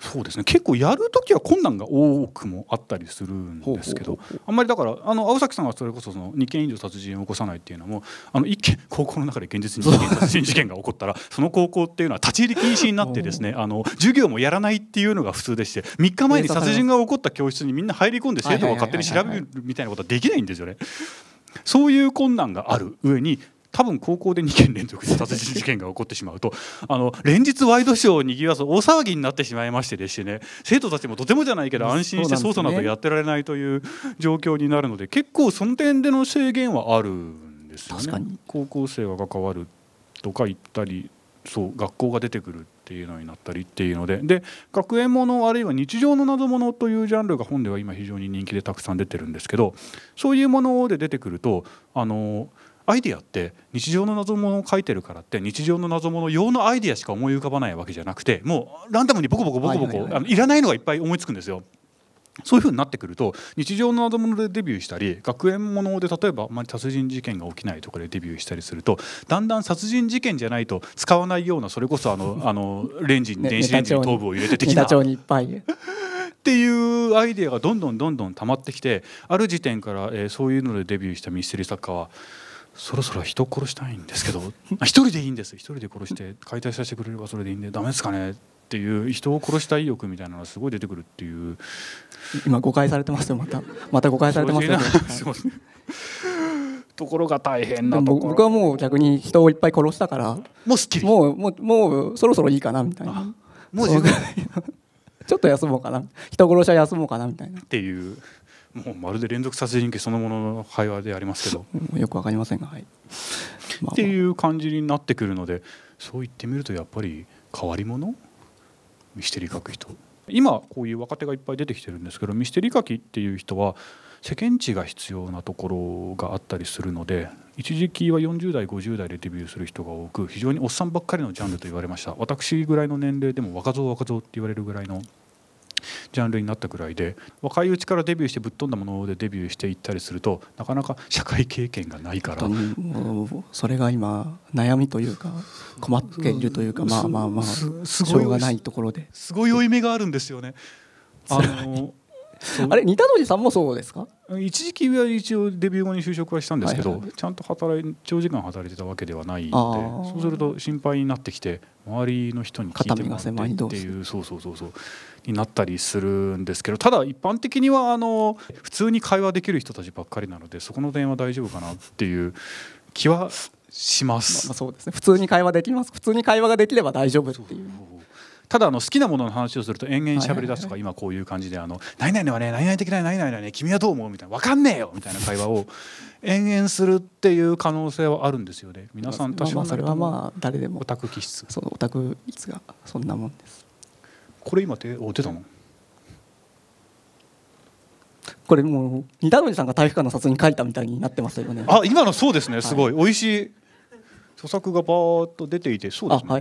そうですね、結構やるときは困難が多くもあったりするんですけど、あんまりだからあの青崎さんがそれこそそのにけん以上殺人を起こさないっていうのも、あのいっけん高校の中で現実ににけん殺人事件が起こったらその高校っていうのは立ち入り禁止になってですね、あの授業もやらないっていうのが普通でして、みっかまえに殺人が起こった教室にみんな入り込んで生徒が勝手に調べるみたいなことはできないんですよね。そういう困難がある上に、多分高校でにけん連続で殺人事件が起こってしまうと、あの連日ワイドショーをにぎわす大騒ぎになってしまいましてですね、生徒たちもとてもじゃないけど安心して捜査などやってられないという状況になるので、結構その点での制限はあるんですよね。 確かに高校生が関わるとか言ったり、そう学校が出てくるっていうのになったりっていうので、で学園ものあるいは日常の謎ものというジャンルが本では今非常に人気でたくさん出てるんですけど、そういうもので出てくると、あのアイデアって日常の謎ものを書いてるからって日常の謎もの用のアイデアしか思い浮かばないわけじゃなくて、もうランダムにボコボコボコボコ、はいはいはい、あのいらないのがいっぱい思いつくんですよ。そういう風になってくると、日常の謎ものでデビューしたり、学園もので例えばあまり殺人事件が起きないところでデビューしたりすると、だんだん殺人事件じゃないと使わないような、それこそあのあのレンジに電子レンジに頭部を入れて的なっていうアイデアがどんどんどんどん溜まってきて、ある時点から、えー、そういうのでデビューしたミステリー作家は、そろそろ人を殺したいんですけど一人でいいんです、一人で殺して解体させてくれればそれでいいんでダメですかねっていう人を殺したい意欲みたいなのがすごい出てくるっていう。 今誤解されてますよ、またまた誤解されてますよ、ね、 ところが大変なところ。 僕はもう逆に人をいっぱい殺したからもうすっきり、 もうもうもうそろそろいいかなみたいな、 もう十分ちょっと休もうかな、人殺しは休もうかなみたいなっていう、もうまるで連続殺人鬼そのものの会話でありますけどよくわかりませんが、はい、 まあ、っていう感じになってくるので、そう言ってみるとやっぱり変わり者ミステリー書く人、今こういう若手がいっぱい出てきてるんですけど、ミステリー書きっていう人は世間知が必要なところがあったりするので、一時期はよんじゅうだいごじゅうだいでデビューする人が多く、非常におっさんばっかりのジャンルと言われました。私ぐらいの年齢でも若造若造って言われるぐらいのジャンルになったぐらいで、若いうちからデビューしてぶっ飛んだものでデビューしていったりすると、なかなか社会経験がないから、 それが今悩みというか困っているというか、まあまあまあしょうがないところで、 すごい負い目があるんですよね。あのあれ、似た鳥さんもそうですか？ 一時期は一応デビュー後に就職はしたんですけど、 はいはい、 ちゃんと働い長時間働いてたわけではないので、そうすると心配になってきて、周りの人に聞いてもらってっていう、そうそうそうそうになったりするんですけど、ただ一般的にはあの普通に会話できる人たちばっかりなので、そこの点は大丈夫かなっていう気はします。 まあ、そうですね、普通に会話できます。普通に会話ができれば大丈夫っていう。 ただあの好きなものの話をすると延々喋り出すとか、今こういう感じで、あの何々はね、何々的な何々はね、君はどう思うみたいな、分かんねえよみたいな会話を延々するっていう可能性はあるんですよね。皆さん多少なりともオタク気質、 そのオタク気質がそんなもんです。 これ今手お出たの？ これもう似た鳥さんが体育館の札に書いたみたいになってますよね。 あ、今のそうですね、すごい、はい、美味しい著作がバーッと出ていて、そうですね、 はい、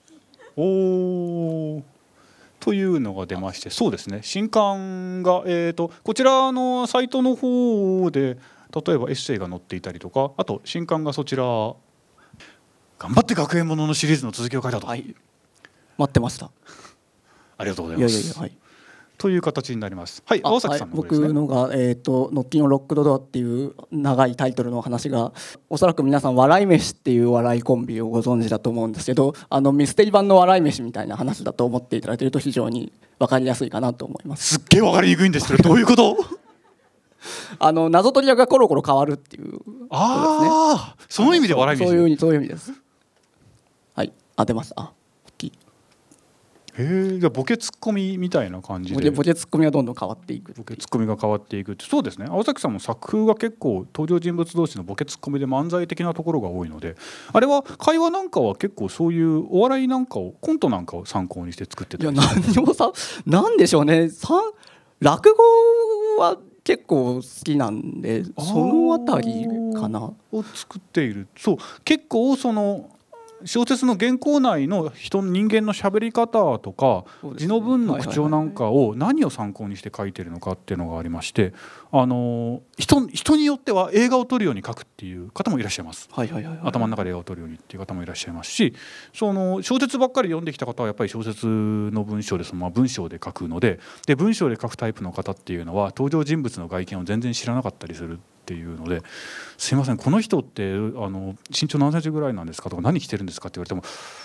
おーというのが出まして、そうですね、新刊が、えーとこちらのサイトの方で例えばエッセイが載っていたりとか、あと新刊がそちら頑張って学園もののシリーズの続きを書いたと、 はい、待ってました。 ありがとうございます。 いやいやいや、はい、 という形になります。はい、青崎さんの方ですね。 僕のが、えーと、ノッキのロックドドアっていう長いタイトルの話が、おそらく皆さん笑い飯っていう笑いコンビをご存知だと思うんですけど、あのミステリ版の笑い飯みたいな話だと思っていただけると非常に分かりやすいかなと思います。 すっげえ分かりにくいんですけど、どういうことあの謎解き役がコロコロ変わるっていうことですね。 ああ、その意味で笑い飯。 そういう意味、そういう意味です。はい、あ、出ます。あ、 へえ、じゃあボケツッコミみたいな感じで、 ボケツッコミがどんどん変わっていく。 ボケツッコミが変わっていくって、そうですね。青崎さんも作風が結構登場人物同士のボケツッコミで漫才的なところが多いので、あれは会話なんかは結構そういうお笑いなんかを、コントなんかを参考にして作ってたり。 いや、何もさ、なんでしょうね。落語は結構好きなんで、そのあたりかな。 を作っている。そう、結構その小説の原稿内の人人間の喋り方とか、 そうですね字の文の口調なんかを何を参考にして書いてるのかっていうのがありまして、あの 人, 人によっては映画を撮るように書くっていう方もいらっしゃいます。 はいはいはいはい、 頭の中で映画を撮るようにっていう方もいらっしゃいますし、その小説ばっかり読んできた方はやっぱり小説の文章です、まあ、文章で書くので、で文章で書くタイプの方っていうのは登場人物の外見を全然知らなかったりするっていうので、すいませんこの人ってあの身長何センチぐらいなんですかとか何着てるんですかって言われても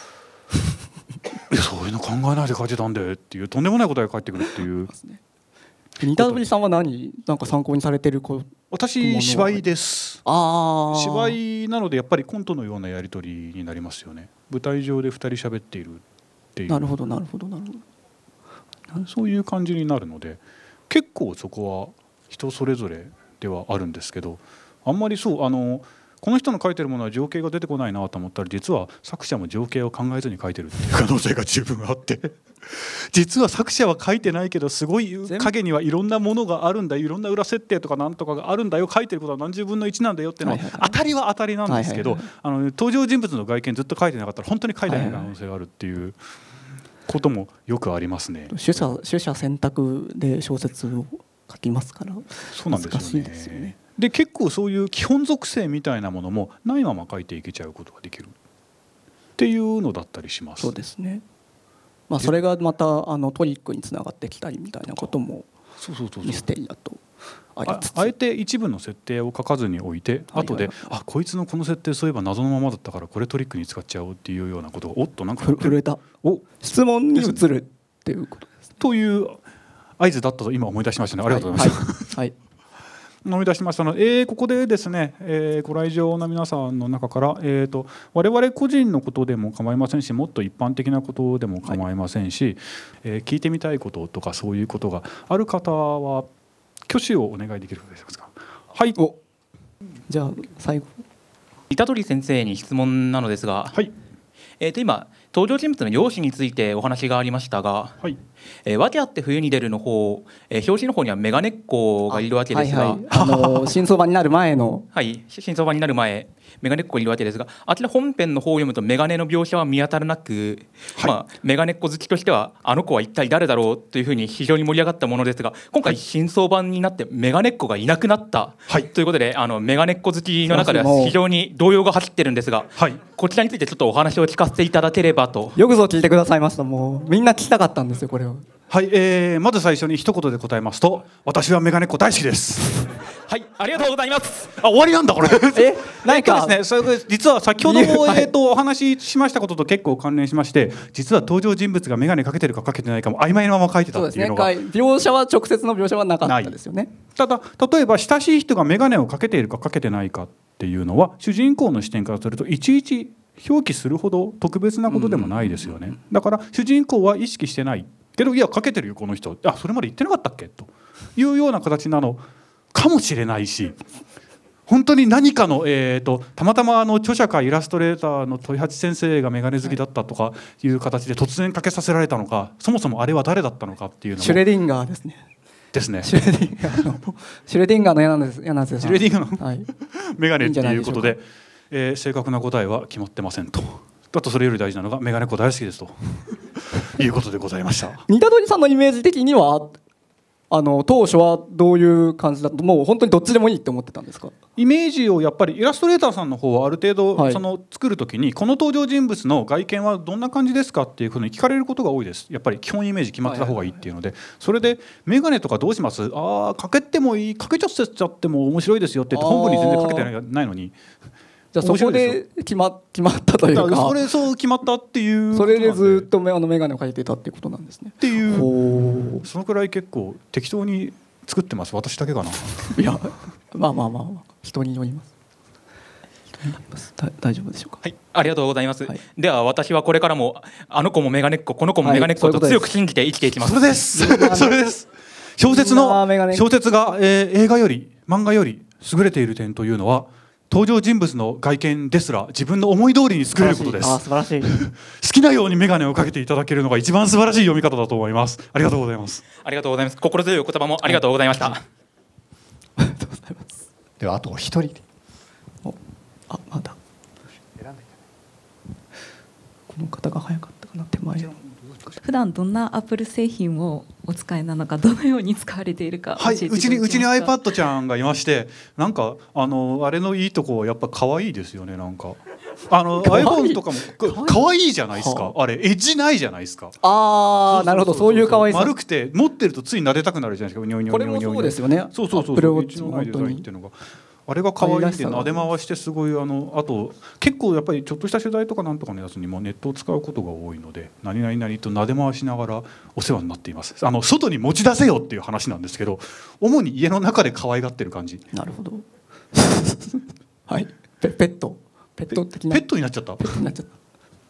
そういうの考えないで書いてたんでっていうとんでもない答えが返ってくるっていう。 似たぶりさんは何なんか参考にされてる子？ 私芝居です。 あー、 芝居なのでやっぱりコントのようなやり取りになりますよね。舞台上でふたり喋っているっていう。 なるほどなるほどなるほど。 そういう感じになるので結構そこは人それぞれではあるんですけど、あんまりそうあのこの人の書いてるものは情景が出てこないなと思ったら、実は作者も情景を考えずに書いてるっていう可能性が十分あって実は作者は書いてないけどすごい影にはいろんなものがあるんだ、いろんな裏設定とかなんとかがあるんだよ、書いてることは何十分のいちなんだよっていうのは当たりは当たりなんですけど、あの登場人物の外見ずっと書いてなかったら本当に書いてない可能性があるっていうこともよくありますね。 取捨取捨選択で小説を書きますからそうなんですよね。 難しいですよね。 で結構そういう基本属性みたいなものもないまま書いていけちゃうことができるっていうのだったりします。 そうですね。まあそれがまたあのトリックにつながってきたりみたいなこともミステリーだとありつつ、 あ, あえて一部の設定を書かずにおいて、後であこいつのこの設定そういえば謎のままだったからこれトリックに使っちゃおうっていうようなことがおっとなんか震えたお質問に移るっていうことですね。 という合図だったと今思い出しましたね。ありがとうございます。 はいはいはい思い出しましたので、えー、ここでですね、えー、ご来場の皆さんの中から、えー、と我々個人のことでも構いませんし、もっと一般的なことでも構いませんし、はい、えー、聞いてみたいこととかそういうことがある方は挙手をお願いできるかでしょうか。はい、 おじゃあ最後板取先生に質問なのですが、 はい、 えー、と今登場人物の容姿についてお話がありましたが、 はい、 えー、訳あって冬に出るの方、えー、表紙の方にはメガネっ子がいるわけですが、 はいはい、あの新相場になる前のはい新相場になる前メガネっ子いるわけですが、あちら本編の方を読むとメガネの描写は見当たらなく、はい、まあ、メガネっ子好きとしてはあの子は一体誰だろうというふうに非常に盛り上がったものですが、今回新相版になってメガネっ子がいなくなった、はい、ということで、あのメガネっ子好きの中では非常に動揺が走ってるんですが、はい、こちらについてちょっとお話を聞かせていただければと。 よくぞ聞いてくださいました。もうみんな聞きたかったんですよこれを。 はい、えー、まず最初に一言で答えますと、私はメガネっ子大好きですはい、ありがとうございます。 あ、終わりなんだこれえ、なんかですね、それ実は先ほども、えー、とお話ししましたことと結構関連しまして、実は登場人物がメガネかけてるかかけてないかも曖昧なまま書いてたっていうのが、 そうですね、描写は直接の描写はなかったですよね。 ただ例えば親しい人がメガネをかけているかかけてないかっていうのは主人公の視点からするといちいち表記するほど特別なことでもないですよね。だから主人公は意識してないけど、いやかけてるよこの人、あそれまで言ってなかったっけというような形なのかもしれないし、本当に何かの、えー、とたまたまあの著者かイラストレーターの問八先生がメガネ好きだったとかいう形で突然かけさせられたのか、そもそもあれは誰だったのかっていうのもシュレディンガーですね。 ですね。 シュレディンガーのシュレディンガーの柳瀬柳瀬さん、 シュレディンガーの、 はい、 メガネっていうことで、えー、正確な答えは決まってませんと。あとそれより大事なのがメガネっ子大好きですということでございました。 似たどりさんのイメージ的にはあの当初はどういう感じだと、もう本当にどっちでもいいって思ってたんですか？ イメージをやっぱりイラストレーターさんの方はある程度、 はい、 その作る時にこの登場人物の外見はどんな感じですかっていうふうに聞かれることが多いです。やっぱり基本イメージ決まってた方がいいっていうので、それでメガネとかどうします？ああかけてもいい、かけちゃっても面白いですよって言って本文に全然かけてないのに、 じゃあそこで決ま、決まったというか、 それそう決まったっていうそれでずっとあのメガネをかけてたっていうことなんですね。 っていう、そのくらい結構適当に作ってます。私だけかな。 いやまあまあまあ人によります。大丈夫でしょうか。 はい、ありがとうございます、 はい、 では私はこれからもあの子もメガネっ子この子もメガネっ子と強く信じて生きていきます。 それですそれです。小説の小説が、えー、映画より漫画より優れている点というのは、登場人物の外見ですら自分の思い通りに作れることです。 あ、素晴らしい。 好きなようにメガネをかけていただけるのが一番素晴らしい読み方だと思います。ありがとうございます。 ありがとうございます。心強いお言葉もありがとうございました。 ありがとうございます。 ではあとお一人で。 お、あ、まだ。 選んでいただいての方が早かったかな。手前。 普段どんなアップル製品をお使いなのか、どのように使われているか教はい、 えていただけうちにうちにますか。 iPad ちゃんがいまして、なんかあのあれのいいとこはやっぱ可愛いですよね。なんかあの iPhone とかも可愛いじゃないですか。あれエッジないじゃないですか。 ああ、なるほど、そういう可愛さ。 丸くて持ってるとつい撫でたくなるじゃないですか。うにょうにょこれもそうですよね。 そうそうそう Apple そう。エ Watch ッジのないデザインっていうのが。あれが可愛いんで撫で回してすごいあのあと結構やっぱりちょっとした取材とかなんとかのやつにもネットを使うことが多いので、何々々と撫で回しながらお世話になっています。あの外に持ち出せよっていう話なんですけど、主に家の中で可愛がってる感じ。 なるほど。はいペ。ペットペット的なペットになっちゃった。 ペットになっちゃった。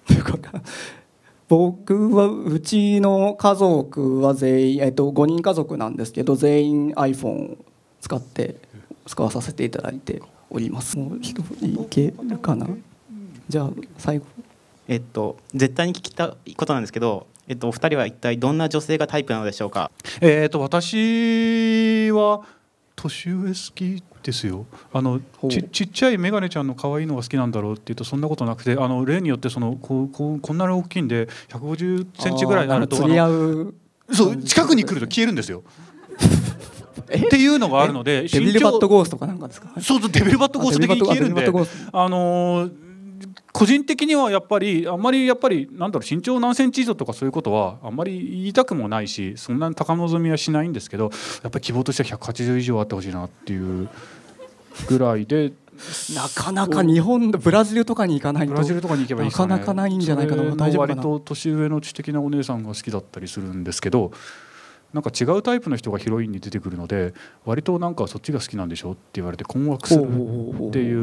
よくわからん。僕はうちの家族は全員、えっと、ごにん家族なんですけど、全員 iPhone を使って使わさせていただいております。もう一人いけるかな。じゃあ最後。 えっと絶対に聞きたいことなんですけど、えっとお二人は一体どんな女性がタイプなのでしょうか。 えー、と私は年上好きですよ。あのちちっちゃいメガネちゃんの可愛いのが好きなんだろうっていうとそんなことなくて、あの例によってそのこうこうこんなに大きいんでひゃくごじゅっセンチぐらいになると釣り合う。 そう近くに来ると消えるんですよ。っていうのがあるので、 デビルバットゴーストかなんかですか。 そうそうデビルバットゴースト的に消えるんで、あのー個人的にはやっぱりあんまりやっぱりなんだろう身長何センチ以上とかそういうことはあんまり言いたくもないし、そんなに高望みはしないんですけど、やっぱり希望としてはひゃくはちじゅう以上あってほしいなっていうぐらいで、 なかなか日本ブラジルとかに行かないとブラジルとかに行けばいいですかね。 なかなかないんじゃないかな。大丈夫かな。 割と年上の知的なお姉さんが好きだったりするんですけど、なんか違うタイプの人がヒロインに出てくるので、割となんかそっちが好きなんでしょって言われて困惑するっていう、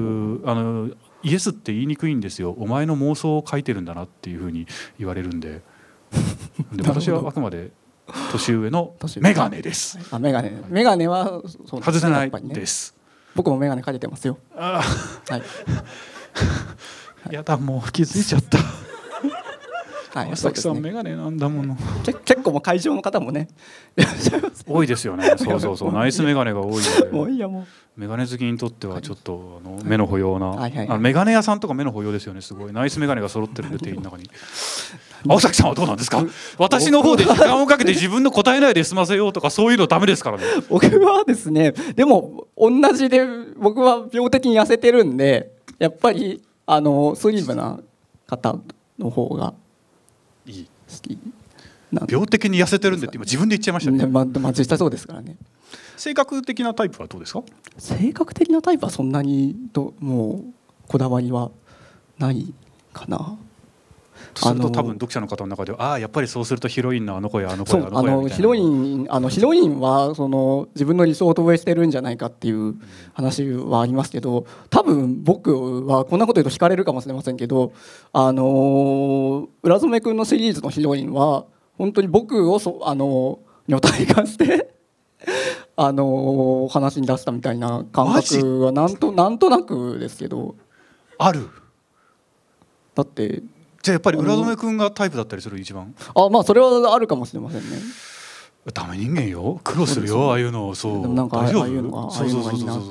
あのイエスって言いにくいんですよ。お前の妄想を書いてるんだなっていうふうに言われるんで、で私はあくまで年上のメガネです。 あ、メガネメガネはそう、ね、 外せないです、ね、 僕もメガネかけてますよ。 あ、 はい、 やだ、もう気づいちゃったはい、 朝木さん、ね、メガネなんだもの。 結構もう会場の方もねいらっしゃいます。 多いですよね。そうそうそう、ナイスメガネが多いので、 もういいや、もうメガネ好きにとってはちょっとあの目の保養な、 はいはいはい、 あのメガネ屋さんとか目の保養ですよね。すごいナイスメガネが揃ってるんで店員の中に青崎さんはどうなんですか。私の方で時間をかけて自分の答えないで済ませようとかそういうのダメですからね。 僕はですね、でも同じで僕は病的に痩せてるんで、やっぱりあのスリムな方の方がいい。 好き。 病的に痩せてるんでって今自分で言っちゃいましたね。 まあ、まあ実際そうですからね。 性格的なタイプはどうですか。 性格的なタイプはそんなにどもうこだわりはないかな。 とすると多分読者の方の中では、ああやっぱりそうするとヒロインのあの子やあの子やあのあ子やみたいな。 のヒロインあのヒロインはその自分の理想を投影してるんじゃないかっていう話はありますけど、多分僕はこんなこと言うと惹かれるかもしれませんけど、あの浦染君のシリーズのヒロインは本当に僕をそあの女体化してあの話に出したみたいな感覚はなんとなんとなくですけどある。 だってじゃあやっぱり浦染君がタイプだったりする。一番あ、まあそれはあるかもしれませんね。 ダメ人間よ、苦労するよ、ああいうの。そう、 なんかああいうのがそうそうそうそう、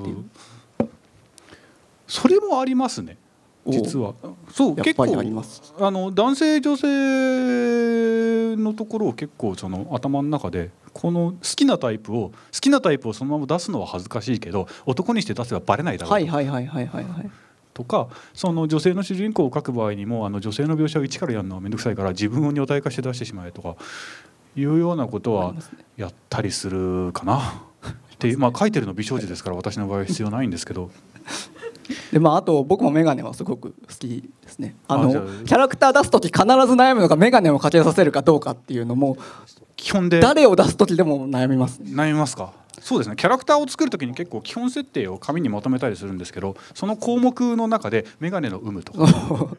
それもありますね実は。そう結構あの男性女性のところを結構その頭の中でこの好きなタイプを好きなタイプをそのまま出すのは恥ずかしいけど男にして出せばバレないだろうと。 はいはいはいはいはいはい。 とか、その女性の主人公を書く場合にもあの女性の描写を一からやるのは面倒くさいから自分を女体化して出してしまえとかいうようなことはやったりするかなっていう、まあ書いてるの美少女ですから私の場合は必要ないんですけどで、まあ、あと僕もメガネはすごく好きですね。あのキャラクター出す時必ず悩むのがメガネをかけさせるかどうかっていうのも基本で誰を出す時でも悩みます、ね、 悩みますか。そうですね、キャラクターを作るときに結構基本設定を紙にまとめたりするんですけど、その項目の中でメガネの有無とか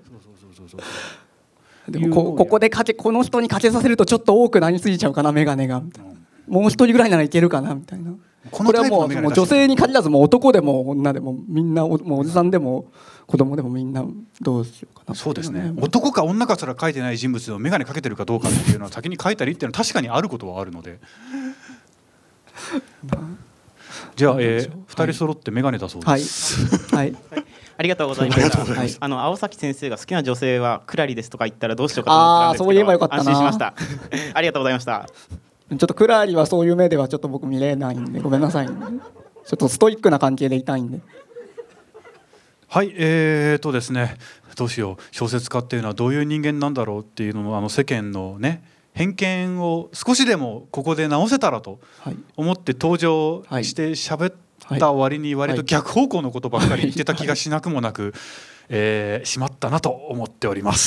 でも こ, ここでかけこの人にかけさせるとちょっと多くなりすぎちゃうかなメガネが、うん、もう一人ぐらいならいけるかなみたいな。こ, これはもう、もう女性に限らずもう男でも女でもみんな お, もうおじさんでも子供でもみんなどうしようかな。 そうですね、男か女かすら書いてない人物でもメガネかけてるかどうかっていうのは先に書いたりっていうのは確かにあることはあるのでじゃあ、えー、ふたり揃ってメガネだそうです。 はい、はい、 あありがとうございまありがしたとうございますあの青崎先生が好きな女性はクラリですとか言ったらどうしようかと思ってたんですけど、 あーそう言えばよかったな安心しましたありがとうございましたちょっとクラリはそういう目ではちょっと僕見れないんでごめんなさい、ね、ちょっとストイックな関係でいたいんで。 はいえーとですねどうしよう小説家っていうのはどういう人間なんだろうっていうのもあの世間のね偏見を少しでもここで直せたらとはい思って登場して喋った割に割と逆方向のことばっかり言ってた気がしなくもなく、えー、しまったなと思っております。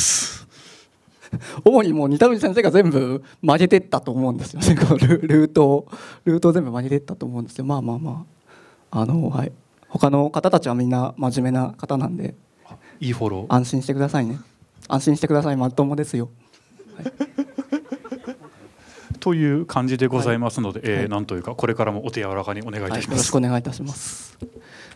主にもう似た先生が全部曲げてったと思うんですよねこうルルートをルートを全部曲げてったと思うんですよ。まあまあまああのはい他の方たちはみんな真面目な方なんでいいフォロー安心してくださいね。安心してください。まともですよ。はいという感じでございますので、 はいえーなんというかこれからもお手柔らかにお願いいたしはい、よます。 ろしくお願いいたします。